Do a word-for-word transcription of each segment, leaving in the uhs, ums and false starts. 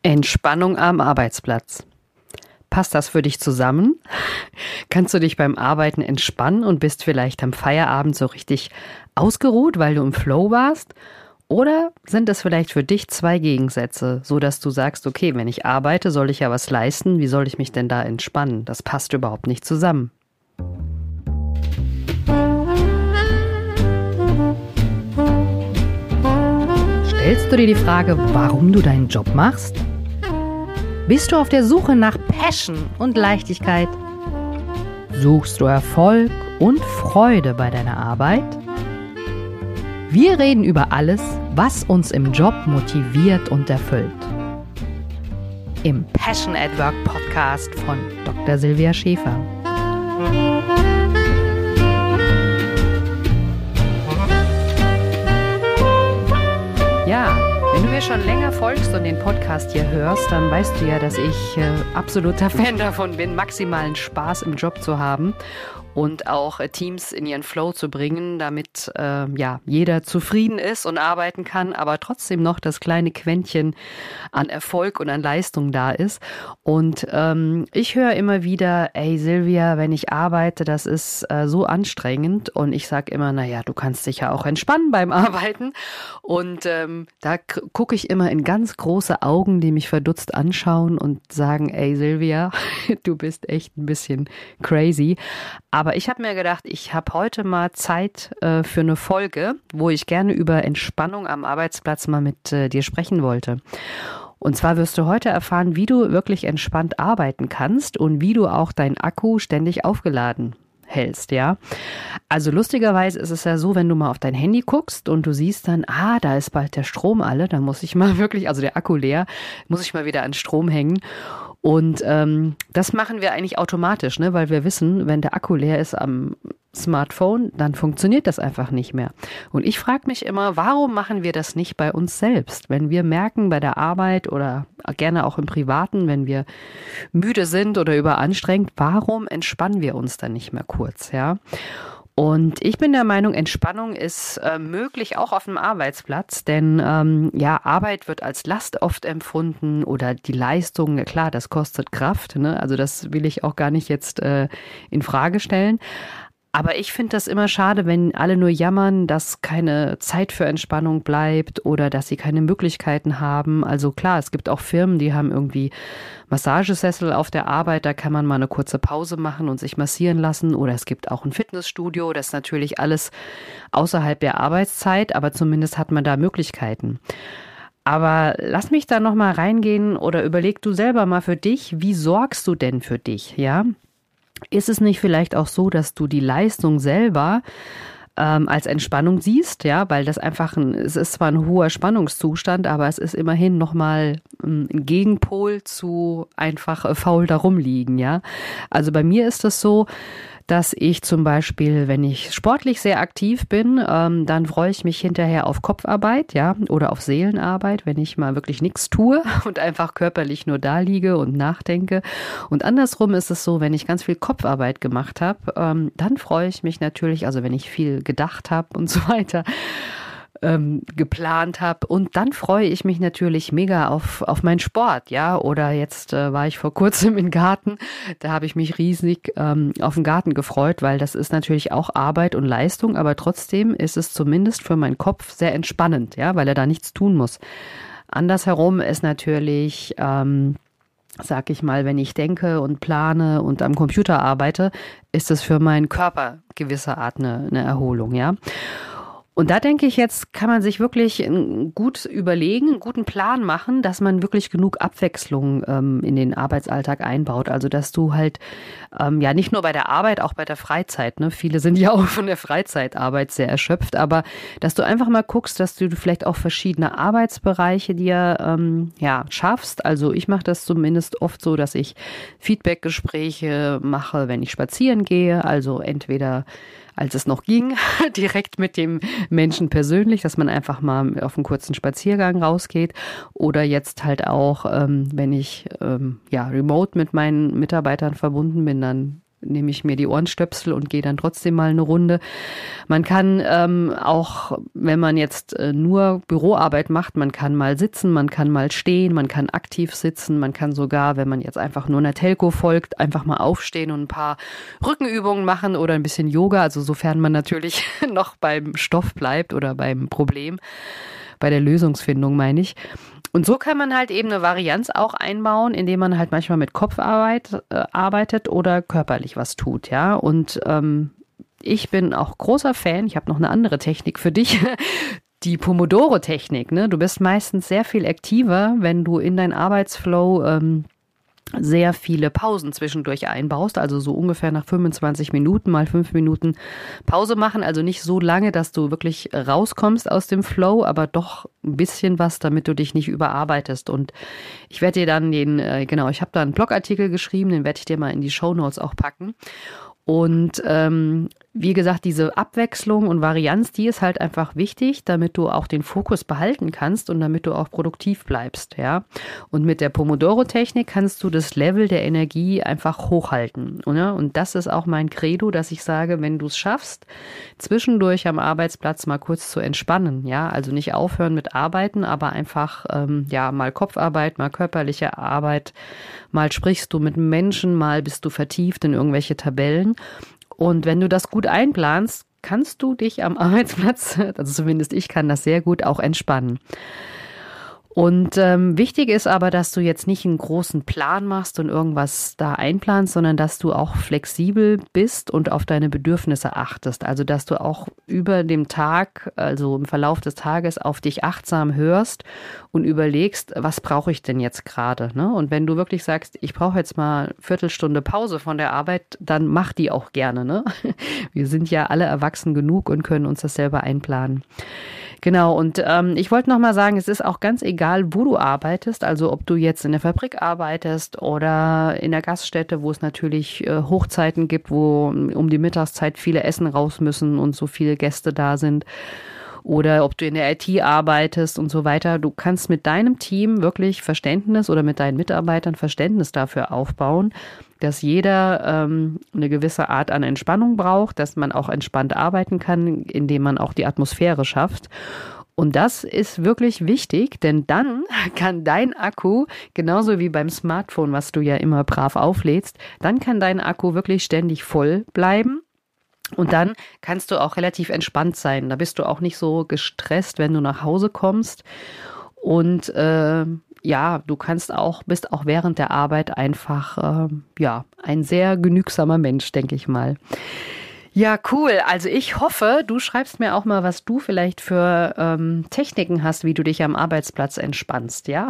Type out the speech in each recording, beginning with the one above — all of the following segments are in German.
Entspannung am Arbeitsplatz. Passt das für dich zusammen? Kannst du dich beim Arbeiten entspannen und bist vielleicht am Feierabend so richtig ausgeruht, weil du im Flow warst? Oder sind es vielleicht für dich zwei Gegensätze, so dass du sagst, okay, wenn ich arbeite, soll ich ja was leisten, wie soll ich mich denn da entspannen? Das passt überhaupt nicht zusammen. Stellst du dir die Frage, warum du deinen Job machst? Bist du auf der Suche nach Passion und Leichtigkeit? Suchst du Erfolg und Freude bei deiner Arbeit? Wir reden über alles, was uns im Job motiviert und erfüllt. Im Passion at Work Podcast von Doktor Silvia Schäfer. Ja, wenn du mir schon länger folgst und den Podcast hier hörst, dann weißt du ja, dass ich äh, absoluter Fan davon bin, maximalen Spaß im Job zu haben und auch äh, Teams in ihren Flow zu bringen, damit äh, ja jeder zufrieden ist und arbeiten kann, aber trotzdem noch das kleine Quäntchen an Erfolg und an Leistung da ist. Und ähm, ich höre immer wieder, ey Silvia, wenn ich arbeite, das ist äh, so anstrengend. Und ich sage immer, naja, du kannst dich ja auch entspannen beim Arbeiten. Und ähm, da k- gucke ich immer in ganz große Augen, die mich verdutzt anschauen und sagen, ey Silvia, du bist echt ein bisschen crazy. Aber ich habe mir gedacht, ich habe heute mal Zeit äh, für eine Folge, wo ich gerne über Entspannung am Arbeitsplatz mal mit äh, dir sprechen wollte. Und zwar wirst du heute erfahren, wie du wirklich entspannt arbeiten kannst und wie du auch deinen Akku ständig aufgeladen hältst, ja. Also lustigerweise ist es ja so, wenn du mal auf dein Handy guckst und du siehst dann, ah, da ist bald der Strom alle, dann muss ich mal wirklich, also der Akku leer, muss ich mal wieder an Strom hängen. Und ähm, das machen wir eigentlich automatisch, ne? Weil wir wissen, wenn der Akku leer ist am Smartphone, dann funktioniert das einfach nicht mehr. Und ich frage mich immer, warum machen wir das nicht bei uns selbst? Wenn wir merken bei der Arbeit oder gerne auch im Privaten, wenn wir müde sind oder überanstrengt, warum entspannen wir uns dann nicht mehr kurz, ja? Und ich bin der Meinung, Entspannung ist äh, möglich auch auf dem Arbeitsplatz, denn ähm, ja, Arbeit wird als Last oft empfunden oder die Leistung, klar, das kostet Kraft, ne? Also das will ich auch gar nicht jetzt äh, in Frage stellen. Aber ich finde das immer schade, wenn alle nur jammern, dass keine Zeit für Entspannung bleibt oder dass sie keine Möglichkeiten haben. Also klar, es gibt auch Firmen, die haben irgendwie Massagesessel auf der Arbeit, da kann man mal eine kurze Pause machen und sich massieren lassen. Oder es gibt auch ein Fitnessstudio, das ist natürlich alles außerhalb der Arbeitszeit, aber zumindest hat man da Möglichkeiten. Aber lass mich da nochmal reingehen oder überleg du selber mal für dich, wie sorgst du denn für dich, ja? Ist es nicht vielleicht auch so, dass du die Leistung selber ähm, als Entspannung siehst, ja, weil das einfach ein, es ist zwar ein hoher Spannungszustand, aber es ist immerhin nochmal ein Gegenpol zu einfach äh, faul darum liegen, ja. Also bei mir ist es so, dass ich zum Beispiel, wenn ich sportlich sehr aktiv bin, ähm, dann freue ich mich hinterher auf Kopfarbeit, ja, oder auf Seelenarbeit, wenn ich mal wirklich nichts tue und einfach körperlich nur da liege und nachdenke. Und andersrum ist es so, wenn ich ganz viel Kopfarbeit gemacht habe, ähm, dann freue ich mich natürlich, also wenn ich viel gedacht habe und so weiter, ähm, geplant habe. Und dann freue ich mich natürlich mega auf, auf meinen Sport, ja. Oder jetzt äh, war ich vor kurzem im Garten, da habe ich mich riesig ähm, auf den Garten gefreut, weil das ist natürlich auch Arbeit und Leistung, aber trotzdem ist es zumindest für meinen Kopf sehr entspannend, ja, weil er da nichts tun muss. Andersherum ist natürlich, ähm, sag ich mal, wenn ich denke und plane und am Computer arbeite, ist es für meinen Körper gewisser Art eine, eine Erholung, ja. Und da denke ich, jetzt kann man sich wirklich gut überlegen, einen guten Plan machen, dass man wirklich genug Abwechslung ähm, in den Arbeitsalltag einbaut. Also dass du halt ähm, ja nicht nur bei der Arbeit, auch bei der Freizeit, ne? Viele sind ja auch von der Freizeitarbeit sehr erschöpft, aber dass du einfach mal guckst, dass du vielleicht auch verschiedene Arbeitsbereiche dir ähm, ja schaffst. Also ich mache das zumindest oft so, dass ich Feedbackgespräche mache, wenn ich spazieren gehe. Also entweder als es noch ging, direkt mit dem Menschen persönlich, dass man einfach mal auf einen kurzen Spaziergang rausgeht oder jetzt halt auch, ähm, wenn ich ähm, ja remote mit meinen Mitarbeitern verbunden bin, dann nehme ich mir die Ohrenstöpsel und gehe dann trotzdem mal eine Runde. Man kann ähm, auch, wenn man jetzt äh, nur Büroarbeit macht, man kann mal sitzen, man kann mal stehen, man kann aktiv sitzen, man kann sogar, wenn man jetzt einfach nur einer Telco folgt, einfach mal aufstehen und ein paar Rückenübungen machen oder ein bisschen Yoga, also sofern man natürlich noch beim Stoff bleibt oder beim Problem, bei der Lösungsfindung meine ich. Und so kann man halt eben eine Varianz auch einbauen, indem man halt manchmal mit Kopfarbeit äh, arbeitet oder körperlich was tut, ja. Und ähm, ich bin auch großer Fan, ich habe noch eine andere Technik für dich, die Pomodoro-Technik, ne? Du bist meistens sehr viel aktiver, wenn du in dein Arbeitsflow ähm, sehr viele Pausen zwischendurch einbaust, also so ungefähr nach fünfundzwanzig Minuten mal fünf Minuten Pause machen, also nicht so lange, dass du wirklich rauskommst aus dem Flow, aber doch ein bisschen was, damit du dich nicht überarbeitest. Und ich werde dir dann den, äh, genau, ich habe da einen Blogartikel geschrieben, den werde ich dir mal in die Shownotes auch packen. Und ähm, wie gesagt, diese Abwechslung und Varianz, die ist halt einfach wichtig, damit du auch den Fokus behalten kannst und damit du auch produktiv bleibst, ja. Und mit der Pomodoro-Technik kannst du das Level der Energie einfach hochhalten, oder? Und das ist auch mein Credo, dass ich sage, wenn du es schaffst, zwischendurch am Arbeitsplatz mal kurz zu entspannen, ja. Also nicht aufhören mit Arbeiten, aber einfach, ähm, ja, mal Kopfarbeit, mal körperliche Arbeit, mal sprichst du mit Menschen, mal bist du vertieft in irgendwelche Tabellen. Und wenn du das gut einplanst, kannst du dich am Arbeitsplatz, also zumindest ich kann das sehr gut, auch entspannen. Und ähm, wichtig ist aber, dass du jetzt nicht einen großen Plan machst und irgendwas da einplanst, sondern dass du auch flexibel bist und auf deine Bedürfnisse achtest. Also dass du auch über dem Tag, also im Verlauf des Tages auf dich achtsam hörst und überlegst, was brauche ich denn jetzt gerade, ne? Und wenn du wirklich sagst, ich brauche jetzt mal eine Viertelstunde Pause von der Arbeit, dann mach die auch gerne, ne? Wir sind ja alle erwachsen genug und können uns das selber einplanen. Genau, und ähm, ich wollte noch mal sagen, es ist auch ganz egal, wo du arbeitest, also ob du jetzt in der Fabrik arbeitest oder in der Gaststätte, wo es natürlich äh, Hochzeiten gibt, wo um die Mittagszeit viele Essen raus müssen und so viele Gäste da sind, oder ob du in der I T arbeitest und so weiter. Du kannst mit deinem Team wirklich Verständnis oder mit deinen Mitarbeitern Verständnis dafür aufbauen, dass jeder ähm, eine gewisse Art an Entspannung braucht, dass man auch entspannt arbeiten kann, indem man auch die Atmosphäre schafft. Und das ist wirklich wichtig, denn dann kann dein Akku, genauso wie beim Smartphone, was du ja immer brav auflädst, dann kann dein Akku wirklich ständig voll bleiben. Und dann kannst du auch relativ entspannt sein. Da bist du auch nicht so gestresst, wenn du nach Hause kommst. Und äh, ja, du kannst auch, bist auch während der Arbeit einfach äh, ja, ein sehr genügsamer Mensch, denke ich mal. Ja, cool. Also ich hoffe, du schreibst mir auch mal, was du vielleicht für ähm, Techniken hast, wie du dich am Arbeitsplatz entspannst, ja?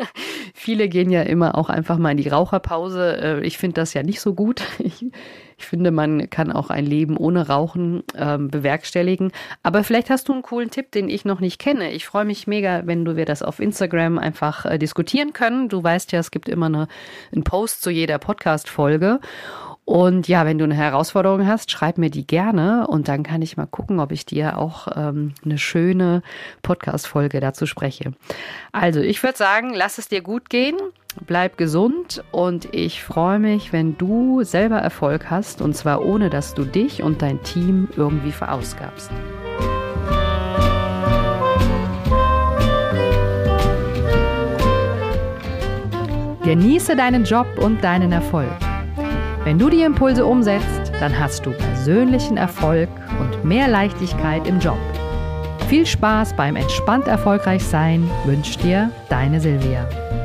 Viele gehen ja immer auch einfach mal in die Raucherpause. Äh, ich finde das ja nicht so gut. Ich, ich finde, man kann auch ein Leben ohne Rauchen ähm, bewerkstelligen. Aber vielleicht hast du einen coolen Tipp, den ich noch nicht kenne. Ich freue mich mega, wenn du wir das auf Instagram einfach äh, diskutieren können. Du weißt ja, es gibt immer eine, einen Post zu jeder Podcast-Folge. Und ja, wenn du eine Herausforderung hast, schreib mir die gerne und dann kann ich mal gucken, ob ich dir auch ähm, eine schöne Podcast-Folge dazu spreche. Also ich würde sagen, lass es dir gut gehen, bleib gesund und ich freue mich, wenn du selber Erfolg hast und zwar ohne, dass du dich und dein Team irgendwie verausgabst. Genieße deinen Job und deinen Erfolg. Wenn du die Impulse umsetzt, dann hast du persönlichen Erfolg und mehr Leichtigkeit im Job. Viel Spaß beim entspannt erfolgreich sein wünscht dir deine Silvia.